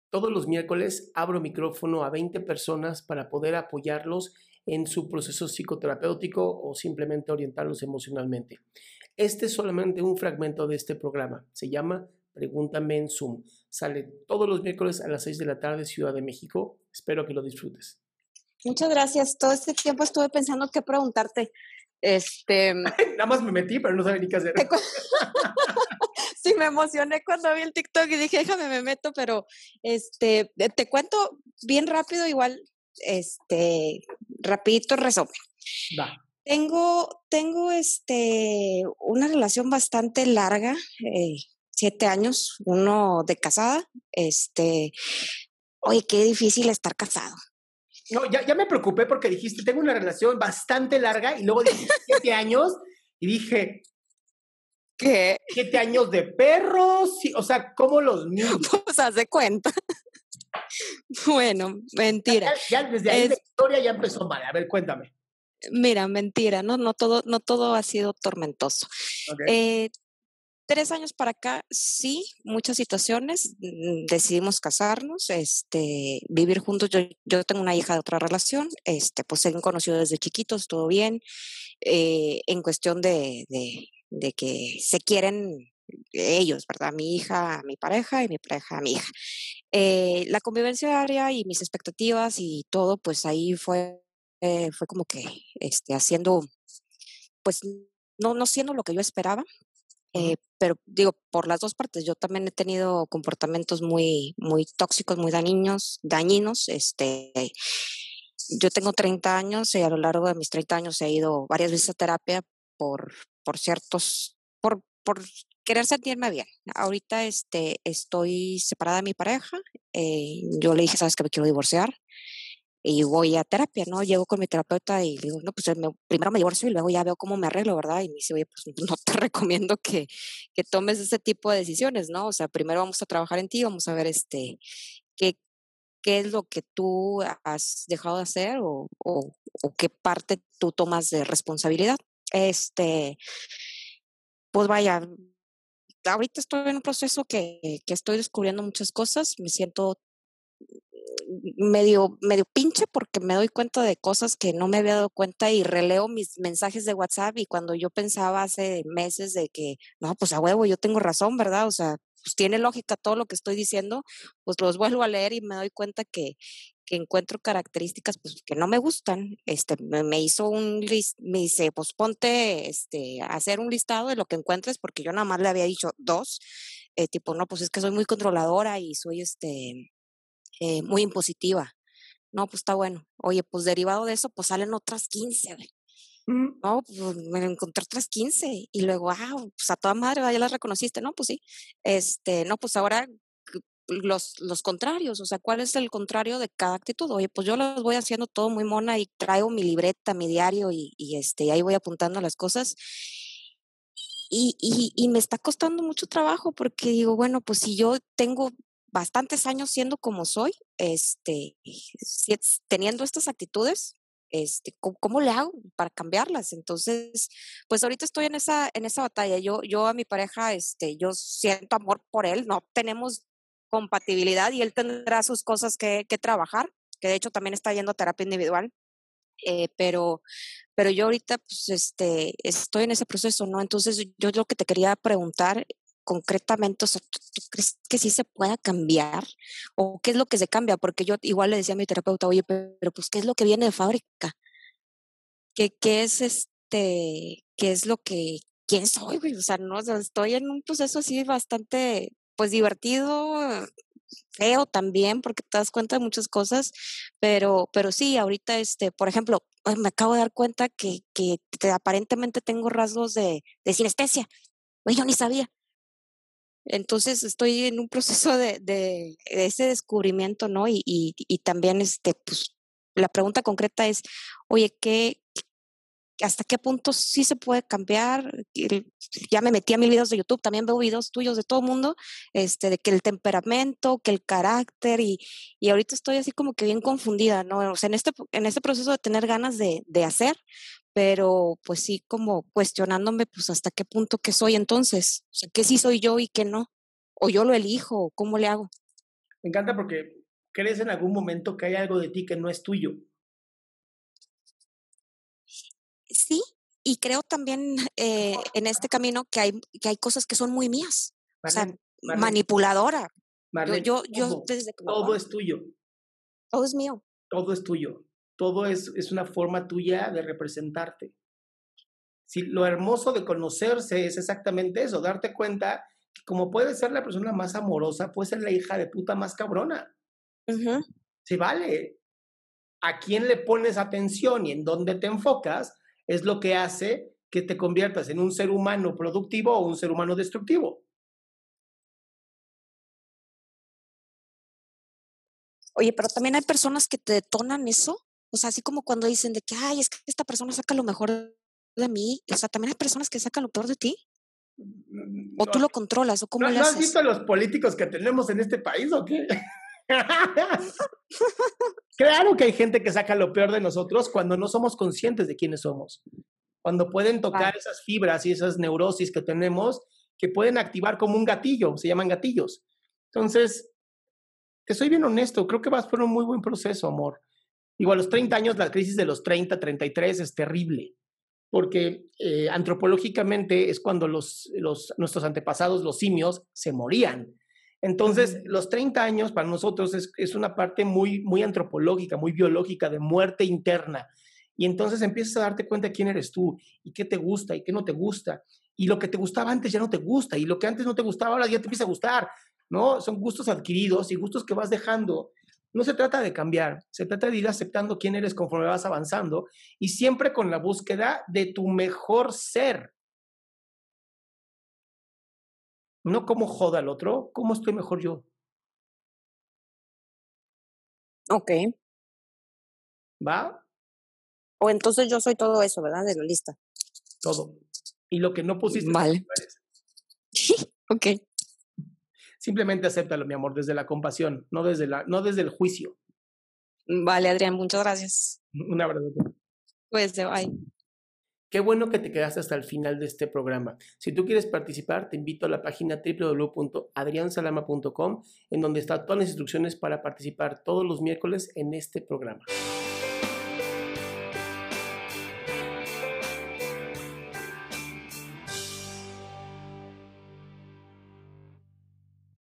Todos los miércoles abro micrófono a 20 personas para poder apoyarlos en su proceso psicoterapéutico o simplemente orientarlos emocionalmente. Este es solamente un fragmento de este programa. Se llama Pregúntame en Zoom. Sale todos los miércoles a las 6 de la tarde, Ciudad de México. Espero que lo disfrutes. Muchas gracias. Todo este tiempo estuve pensando qué preguntarte. Nada más me metí, pero no sabía ni qué hacer. Sí, me emocioné cuando vi el TikTok y dije, déjame, me meto, pero te cuento bien rápido, igual, rapidito resumen. Va. Tengo una relación bastante larga, 7 años, uno de casada. Oye, qué difícil estar casado. No, ya me preocupé porque dijiste, tengo una relación bastante larga y luego dijiste 7 años y dije, ¿Qué? 7 años de perros, sí, o sea, ¿cómo los mido? Pues haz de cuenta. Bueno, mentira. Ya desde ahí la historia ya empezó mal. A ver, cuéntame. Mira, mentira, no todo ha sido tormentoso. Okay. 3 años para acá, sí, muchas situaciones, decidimos casarnos, vivir juntos. Yo tengo una hija de otra relación, pues se han conocido desde chiquitos, todo bien, en cuestión de que se quieren ellos, ¿verdad? Mi hija, mi pareja y mi pareja, mi hija. La convivencia diaria y mis expectativas y todo, pues ahí fue como que haciendo, pues no siendo lo que yo esperaba. Pero digo, por las dos partes, yo también he tenido comportamientos muy, muy tóxicos, muy dañinos. Yo tengo 30 años y a lo largo de mis 30 años he ido varias veces a terapia por, por querer sentirme bien. Ahorita estoy separada de mi pareja. Yo le dije, sabes que me quiero divorciar y voy a terapia, ¿no? Llego con mi terapeuta y le digo, no, pues primero me divorcio y luego ya veo cómo me arreglo, ¿verdad? Y me dice, oye, pues no te recomiendo que tomes ese tipo de decisiones, ¿no? O sea, primero vamos a trabajar en ti, vamos a ver qué, qué es lo que tú has dejado de hacer o qué parte tú tomas de responsabilidad. Este, pues vaya, ahorita estoy en un proceso que estoy descubriendo muchas cosas, me siento medio pinche porque me doy cuenta de cosas que no me había dado cuenta y releo mis mensajes de WhatsApp y cuando yo pensaba hace meses de que, no, pues a huevo, yo tengo razón, ¿verdad? O sea, pues tiene lógica todo lo que estoy diciendo, pues los vuelvo a leer y me doy cuenta que encuentro características pues que no me gustan. Me hizo me dice, pues ponte a hacer un listado de lo que encuentres porque yo nada más le había dicho dos, tipo, no, pues es que soy muy controladora y soy muy impositiva. No, pues está bueno. Oye, pues derivado de eso, pues salen otras 15, güey. No, pues me encontré otras 15 y luego, pues a toda madre, ya las reconociste, no, pues sí. No, pues ahora los contrarios, o sea, ¿cuál es el contrario de cada actitud? Oye, pues yo lo voy haciendo todo muy mona y traigo mi libreta, mi diario y ahí voy apuntando las cosas. Y me está costando mucho trabajo porque digo, bueno, pues si yo tengo bastantes años siendo como soy, teniendo estas actitudes, ¿cómo le hago para cambiarlas? Entonces, pues ahorita estoy en esa batalla. Yo a mi pareja, yo siento amor por él, no tenemos compatibilidad y él tendrá sus cosas que trabajar, que de hecho también está yendo a terapia individual, pero yo ahorita, pues, estoy en ese proceso, ¿no? Entonces, yo lo que te quería preguntar concretamente, o sea, ¿tú crees que sí se pueda cambiar? ¿O qué es lo que se cambia? Porque yo igual le decía a mi terapeuta, oye, pero pues, ¿qué es lo que viene de fábrica? ¿Qué es lo que, quién soy, güey? O sea, no, o sea, estoy en un proceso así bastante, pues, divertido, feo también, porque te das cuenta de muchas cosas, pero sí, ahorita, por ejemplo, me acabo de dar cuenta que aparentemente tengo rasgos de sinestesia. Oye, yo ni sabía. Entonces estoy en un proceso de ese descubrimiento, ¿no? Y también, pues, la pregunta concreta es, oye, ¿hasta qué punto sí se puede cambiar? Ya me metí a 1000 videos de YouTube, también veo videos tuyos de todo mundo, de que el temperamento, que el carácter, y ahorita estoy así como que bien confundida, ¿no? O sea, en este proceso de tener ganas de hacer, pero pues sí como cuestionándome, pues hasta qué punto que soy entonces, o sea, qué sí soy yo y qué no, o yo lo elijo, o cómo le hago. Me encanta porque crees en algún momento que hay algo de ti que no es tuyo. Sí, y creo también en este camino que hay cosas que son muy mías. O sea, Marlene, manipuladora. Marlene, Yo desde que me todo acuerdo, es tuyo, todo es mío. todo es tuyo, todo es una forma tuya de representarte. Si lo hermoso de conocerse es exactamente eso, darte cuenta que como puedes ser la persona más amorosa, puedes ser la hija de puta más cabrona. Ujú. Se vale. A quién le pones atención y en dónde te enfocas es lo que hace que te conviertas en un ser humano productivo o un ser humano destructivo. Oye, pero también hay personas que te detonan eso. O sea, así como cuando dicen de que, ay, es que esta persona saca lo mejor de mí. O sea, también hay personas que sacan lo peor de ti. O ¿No, tú lo controlas, o cómo le no has haces. visto a los políticos que tenemos en este país o qué? Claro que hay gente que saca lo peor de nosotros cuando no somos conscientes de quiénes somos. Cuando pueden tocar Vale. esas fibras y esas neurosis que tenemos que pueden activar como un gatillo, se llaman gatillos. Entonces, te soy bien honesto, creo que vas por un muy buen proceso, amor. Digo, a los 30 años, la crisis de los 30, 33 es terrible, porque antropológicamente es cuando nuestros antepasados, los simios, se morían. Entonces, los 30 años para nosotros es una parte muy, muy antropológica, muy biológica, de muerte interna. Y entonces empiezas a darte cuenta de quién eres tú y qué te gusta y qué no te gusta. Y lo que te gustaba antes ya no te gusta y lo que antes no te gustaba ahora ya te empieza a gustar, ¿no? Son gustos adquiridos y gustos que vas dejando. No se trata de cambiar, se trata de ir aceptando quién eres conforme vas avanzando y siempre con la búsqueda de tu mejor ser. No cómo joda al otro, cómo estoy mejor yo. Ok. ¿Va? O entonces yo soy todo eso, ¿verdad? De la lista. Todo. Y lo que no pusiste, Vale. Ok. simplemente acéptalo, mi amor, desde la compasión, no desde el juicio. Vale, Adrián, muchas gracias. Un abrazo. Pues, bye. Qué bueno que te quedaste hasta el final de este programa. Si tú quieres participar, te invito a la página www.adriansalama.com, en donde están todas las instrucciones para participar todos los miércoles en este programa.